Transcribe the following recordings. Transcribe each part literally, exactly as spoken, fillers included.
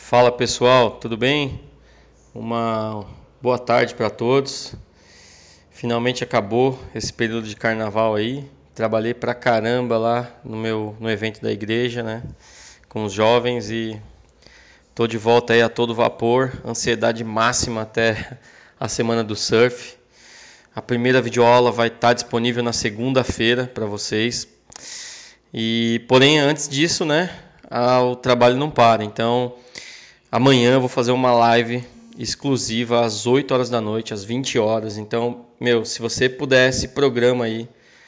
Fala pessoal, tudo bem? Uma boa tarde para todos. Finalmente acabou esse período de carnaval aí. Trabalhei pra caramba lá no meu no evento da igreja, né? Com os jovens e tô de volta aí a todo vapor. Ansiedade máxima até a semana do surf. A primeira videoaula vai estar disponível na segunda-feira para vocês. E porém antes disso, né? O trabalho não para. Então amanhã eu vou fazer uma live exclusiva às oito horas da noite, às vinte horas. Então, meu, se você puder, se programa aí,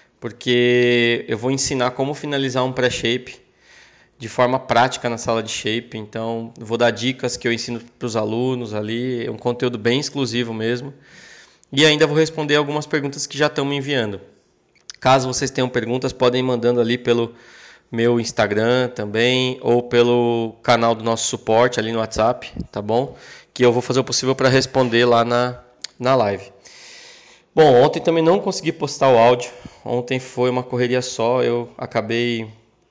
porque eu vou ensinar como finalizar um pré-shape de forma prática na sala de shape. Então, vou dar dicas que eu ensino para os alunos ali, é um conteúdo bem exclusivo mesmo. E ainda vou responder algumas perguntas que já estão me enviando. Caso vocês tenham perguntas, podem ir mandando ali pelo meu Instagram também, ou pelo canal do nosso suporte ali no WhatsApp, tá bom? Que eu vou fazer o possível para responder lá na, na live. Bom, ontem também não consegui postar o áudio. Ontem foi uma correria só, eu acabei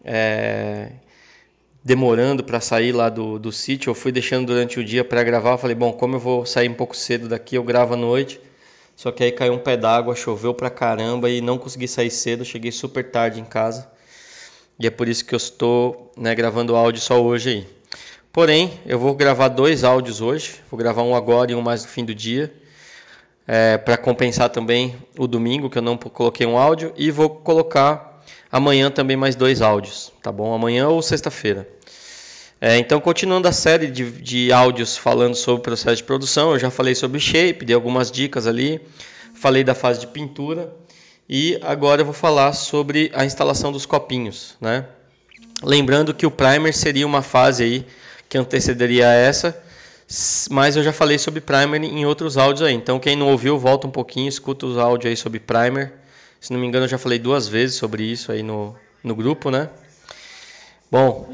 é, demorando para sair lá do, do sítio. Eu fui deixando durante o dia para gravar. Eu falei, bom, como eu vou sair um pouco cedo daqui, eu gravo à noite. Só que aí caiu um pé d'água, choveu pra caramba e não consegui sair cedo. Cheguei super tarde em casa. E é por isso que eu estou, né, gravando áudio só hoje aí. Porém, eu vou gravar dois áudios hoje. Vou gravar um agora e um mais no fim do dia. É, para compensar também o domingo, que eu não coloquei um áudio. E vou colocar amanhã também mais dois áudios, tá bom? Amanhã ou sexta-feira. É, então, continuando a série de, de áudios falando sobre o processo de produção, eu já falei sobre shape, dei algumas dicas ali. Falei da fase de pintura. E agora eu vou falar sobre a instalação dos copinhos, né? Lembrando que o primer seria uma fase aí que antecederia a essa, mas eu já falei sobre primer em outros áudios aí. Então quem não ouviu, volta um pouquinho, escuta os áudios aí sobre primer. Se não me engano, eu já falei duas vezes sobre isso aí no, no grupo, né? Bom,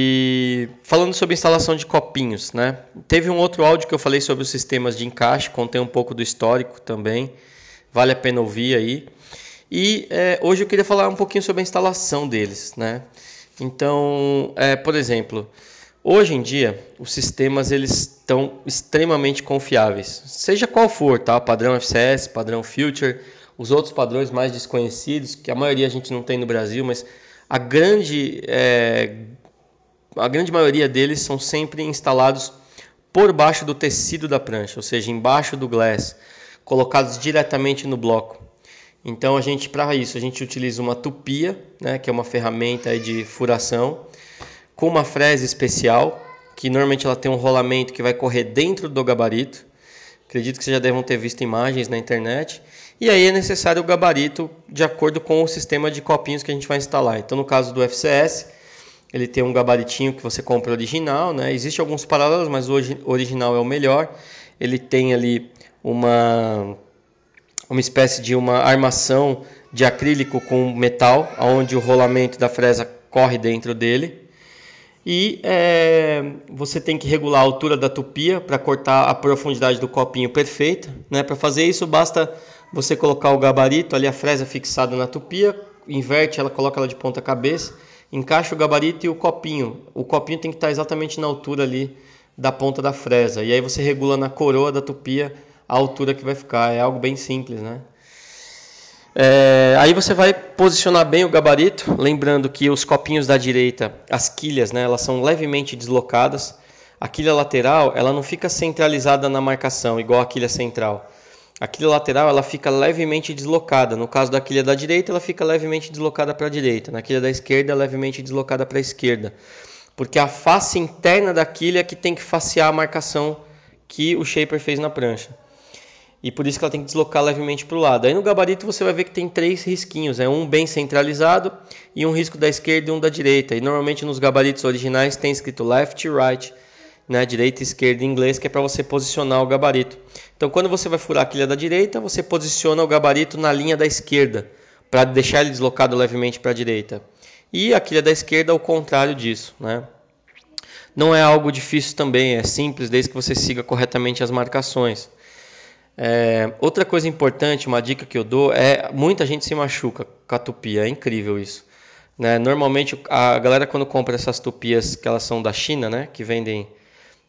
e falando sobre instalação de copinhos, né? Teve um outro áudio que eu falei sobre os sistemas de encaixe, contei um pouco do histórico também. Vale a pena ouvir aí. E é, hoje eu queria falar um pouquinho sobre a instalação deles, né? Então, é, por exemplo, hoje em dia os sistemas eles estão extremamente confiáveis, seja qual for, tá? Padrão F C S, padrão Future, os outros padrões mais desconhecidos que a maioria a gente não tem no Brasil, mas a grande é, a grande maioria deles são sempre instalados por baixo do tecido da prancha, ou seja, embaixo do glass, colocados diretamente no bloco. Então a gente, para isso, a gente utiliza uma tupia, né, que é uma ferramenta aí de furação, com uma frese especial, que normalmente ela tem um rolamento que vai correr dentro do gabarito. Acredito que vocês já devem ter visto imagens na internet. E aí é necessário o gabarito de acordo com o sistema de copinhos que a gente vai instalar. Então no caso do F C S, ele tem um gabaritinho que você compra original, né? Existem alguns paralelos, mas o original é o melhor. Ele tem ali uma uma espécie de uma armação de acrílico com metal, onde o rolamento da fresa corre dentro dele. E é, você tem que regular a altura da tupia para cortar a profundidade do copinho perfeita, né? Para fazer isso basta você colocar o gabarito ali, a fresa fixada na tupia, inverte ela, coloca ela de ponta cabeça, encaixa o gabarito e o copinho. O copinho tem que estar exatamente na altura ali da ponta da fresa. E aí você regula na coroa da tupia a altura que vai ficar. É algo bem simples, né? É, aí você vai posicionar bem o gabarito, lembrando que os copinhos da direita, as quilhas, né, elas são levemente deslocadas. A quilha lateral, ela não fica centralizada na marcação, igual a quilha central. A quilha lateral, ela fica levemente deslocada. No caso da quilha da direita, ela fica levemente deslocada para a direita. Na quilha da esquerda, levemente deslocada para a esquerda. Porque a face interna da quilha é que tem que facear a marcação que o shaper fez na prancha. E por isso que ela tem que deslocar levemente para o lado. Aí no gabarito você vai ver que tem três risquinhos, é um bem centralizado e um risco da esquerda e um da direita. E normalmente nos gabaritos originais tem escrito left e right, né, direita e esquerda em inglês, que é para você posicionar o gabarito. Então quando você vai furar a quilha da direita, você posiciona o gabarito na linha da esquerda, para deixar ele deslocado levemente para a direita. E a quilha da esquerda ao contrário disso, né? Não é algo difícil também, é simples desde que você siga corretamente as marcações. É, outra coisa importante, uma dica que eu dou é muita gente se machuca com a tupia, é incrível isso, né? Normalmente a galera quando compra essas tupias que elas são da China, né, que vendem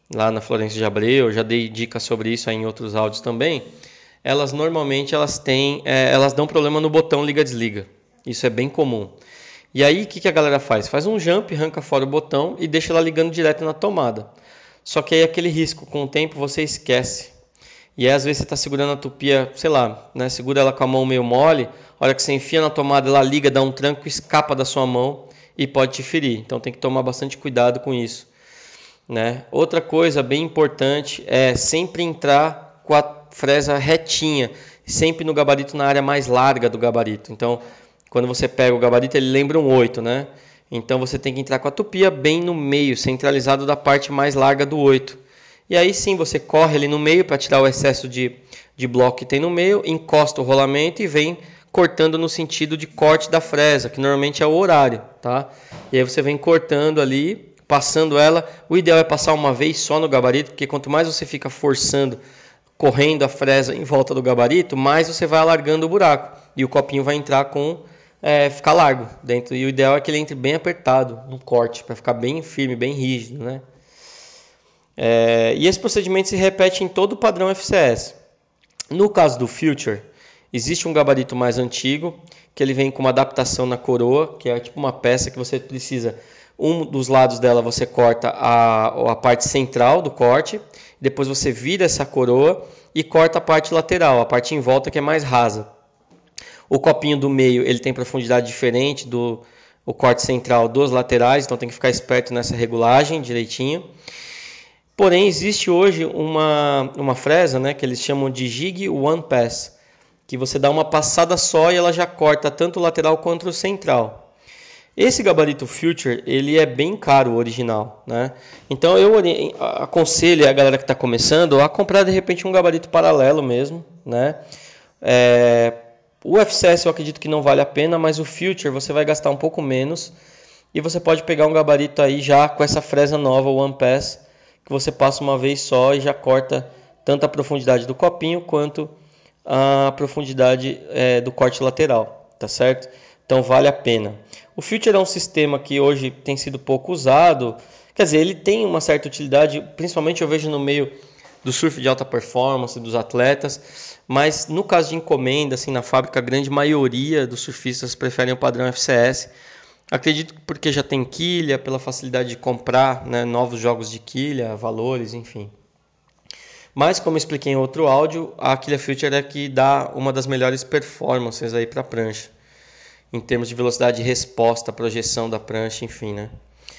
lá na Florencio de Abreu, eu já dei dicas sobre isso aí em outros áudios também. Elas normalmente elas têm, é, elas dão problema no botão liga-desliga. Isso é bem comum. E aí o que, que a galera faz? Faz um jump, arranca fora o botão e deixa ela ligando direto na tomada. Só que aí aquele risco, com o tempo você esquece. E aí às vezes você está segurando a tupia, sei lá, né? Segura ela com a mão meio mole, a hora que você enfia na tomada ela liga, dá um tranco, escapa da sua mão e pode te ferir. Então tem que tomar bastante cuidado com isso, né? Outra coisa bem importante é sempre entrar com a fresa retinha, sempre no gabarito, na área mais larga do gabarito. Então, quando você pega o gabarito, ele lembra um oito, né? Então você tem que entrar com a tupia bem no meio, centralizado da parte mais larga do oito. E aí sim você corre ali no meio para tirar o excesso de, de bloco que tem no meio, encosta o rolamento e vem cortando no sentido de corte da fresa, que normalmente é o horário, tá? E aí você vem cortando ali, passando ela. O ideal é passar uma vez só no gabarito, porque quanto mais você fica forçando, correndo a fresa em volta do gabarito, mais você vai alargando o buraco e o copinho vai entrar com é, ficar largo dentro. E o ideal é que ele entre bem apertado no corte, para ficar bem firme, bem rígido, né? É, e esse procedimento se repete em todo o padrão F C S. No caso do Future, existe um gabarito mais antigo, que ele vem com uma adaptação na coroa, que é tipo uma peça que você precisa, um dos lados dela você corta a, a parte central do corte, depois você vira essa coroa e corta a parte lateral, a parte em volta que é mais rasa. O copinho do meio ele tem profundidade diferente do o corte central dos laterais, então tem que ficar esperto nessa regulagem direitinho. Porém, existe hoje uma, uma fresa, né, que eles chamam de Jig One Pass, que você dá uma passada só e ela já corta tanto o lateral quanto o central. Esse gabarito Future, ele é bem caro, o original, né? Então eu aconselho a galera que está começando a comprar de repente um gabarito paralelo mesmo, né? É, o F C S eu acredito que não vale a pena, mas o Future você vai gastar um pouco menos e você pode pegar um gabarito aí já com essa fresa nova, o One Pass, que você passa uma vez só e já corta tanto a profundidade do copinho quanto a profundidade é, do corte lateral, tá certo? Então vale a pena. O Future é um sistema que hoje tem sido pouco usado, quer dizer, ele tem uma certa utilidade, principalmente eu vejo no meio do surf de alta performance, dos atletas, mas no caso de encomenda, assim, na fábrica, a grande maioria dos surfistas preferem o padrão F C S. Acredito que porque já tem quilha, pela facilidade de comprar, né, novos jogos de quilha, valores, enfim. Mas como eu expliquei em outro áudio, a quilha Future é que dá uma das melhores performances aí para a prancha, em termos de velocidade de resposta, projeção da prancha, enfim, né?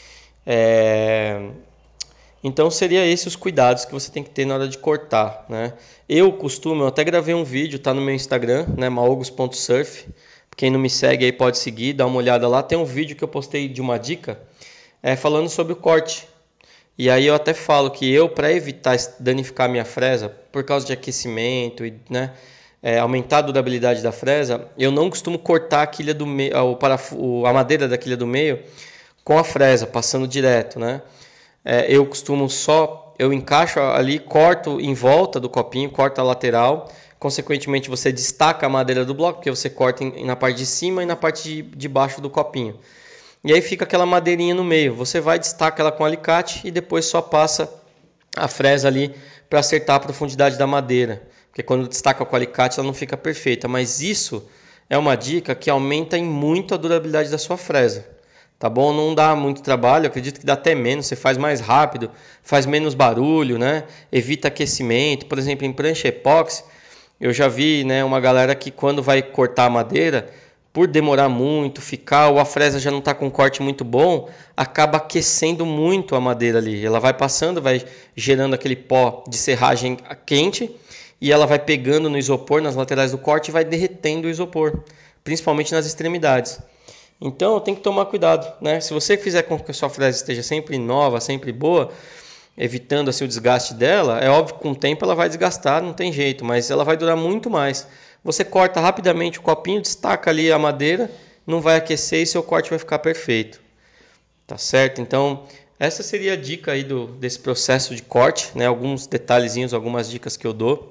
É... Então seria esses os cuidados que você tem que ter na hora de cortar, né? Eu costumo, eu até gravei um vídeo, tá no meu Instagram, né, maogos ponto surf. Quem não me segue aí pode seguir, dá uma olhada lá. Tem um vídeo que eu postei de uma dica é, falando sobre o corte. E aí eu até falo que eu, para evitar danificar a minha fresa, por causa de aquecimento e né, é, aumentar a durabilidade da fresa, eu não costumo cortar a quilha do meio, a madeira da quilha do meio com a fresa, passando direto, né? É, eu costumo só, eu encaixo ali, corto em volta do copinho, corto a lateral. Consequentemente, você destaca a madeira do bloco, porque você corta em, na parte de cima e na parte de, de baixo do copinho. E aí fica aquela madeirinha no meio. Você vai, destaca ela com alicate e depois só passa a fresa ali para acertar a profundidade da madeira. Porque quando destaca com alicate ela não fica perfeita. Mas isso é uma dica que aumenta em muito a durabilidade da sua fresa. Tá bom? Não dá muito trabalho, acredito que dá até menos, você faz mais rápido, faz menos barulho, né? Evita aquecimento. Por exemplo, em prancha epóxi, eu já vi, né, uma galera que quando vai cortar a madeira, por demorar muito, ficar, ou a fresa já não está com um corte muito bom, acaba aquecendo muito a madeira ali. Ela vai passando, vai gerando aquele pó de serragem quente e ela vai pegando no isopor, nas laterais do corte e vai derretendo o isopor, principalmente nas extremidades. Então tem que tomar cuidado, né? Se você fizer com que a sua fresa esteja sempre nova, sempre boa, evitando assim, o desgaste dela, é óbvio que com o tempo ela vai desgastar, não tem jeito, mas ela vai durar muito mais. Você corta rapidamente o copinho, destaca ali a madeira, não vai aquecer e seu corte vai ficar perfeito. Tá certo? Então, essa seria a dica aí do, desse processo de corte, né? Alguns detalhezinhos, algumas dicas que eu dou.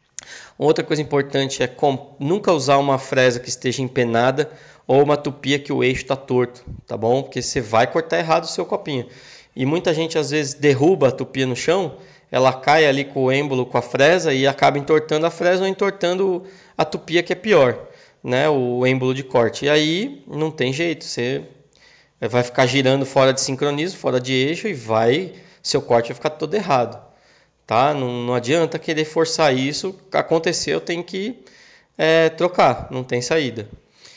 Outra coisa importante é com, nunca usar uma fresa que esteja empenada ou uma tupia que o eixo está torto, tá bom? Porque você vai cortar errado o seu copinho. E muita gente às vezes derruba a tupia no chão, ela cai ali com o êmbolo, com a fresa e acaba entortando a fresa ou entortando a tupia, que é pior, né? O êmbolo de corte. E aí não tem jeito, você vai ficar girando fora de sincronismo, fora de eixo e vai, seu corte vai ficar todo errado, tá? Não, não adianta querer forçar isso, aconteceu, tem que é, trocar, não tem saída.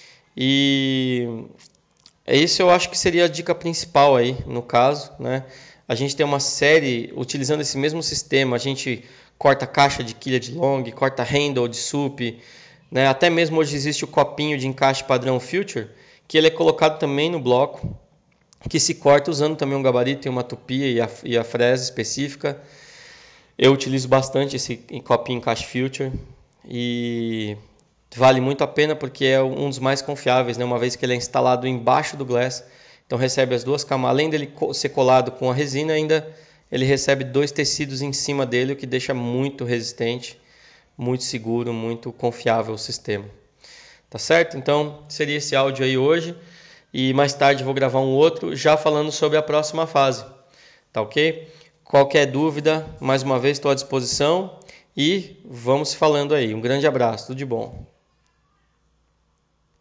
E esse eu acho que seria a dica principal aí, no caso, né? A gente tem uma série, utilizando esse mesmo sistema, a gente corta caixa de quilha de long, corta handle de sup, né? Até mesmo hoje existe o copinho de encaixe padrão Future, que ele é colocado também no bloco, que se corta usando também um gabarito e uma tupia e a, e a fresa específica. Eu utilizo bastante esse copinho encaixe Future e vale muito a pena porque é um dos mais confiáveis, né? Uma vez que ele é instalado embaixo do glass, então recebe as duas camadas, além dele ser colado com a resina, ainda ele recebe dois tecidos em cima dele, o que deixa muito resistente, muito seguro, muito confiável o sistema. Tá certo? Então seria esse áudio aí hoje e mais tarde vou gravar um outro já falando sobre a próxima fase. Tá ok? Qualquer dúvida, mais uma vez estou à disposição e vamos falando aí. Um grande abraço, tudo de bom.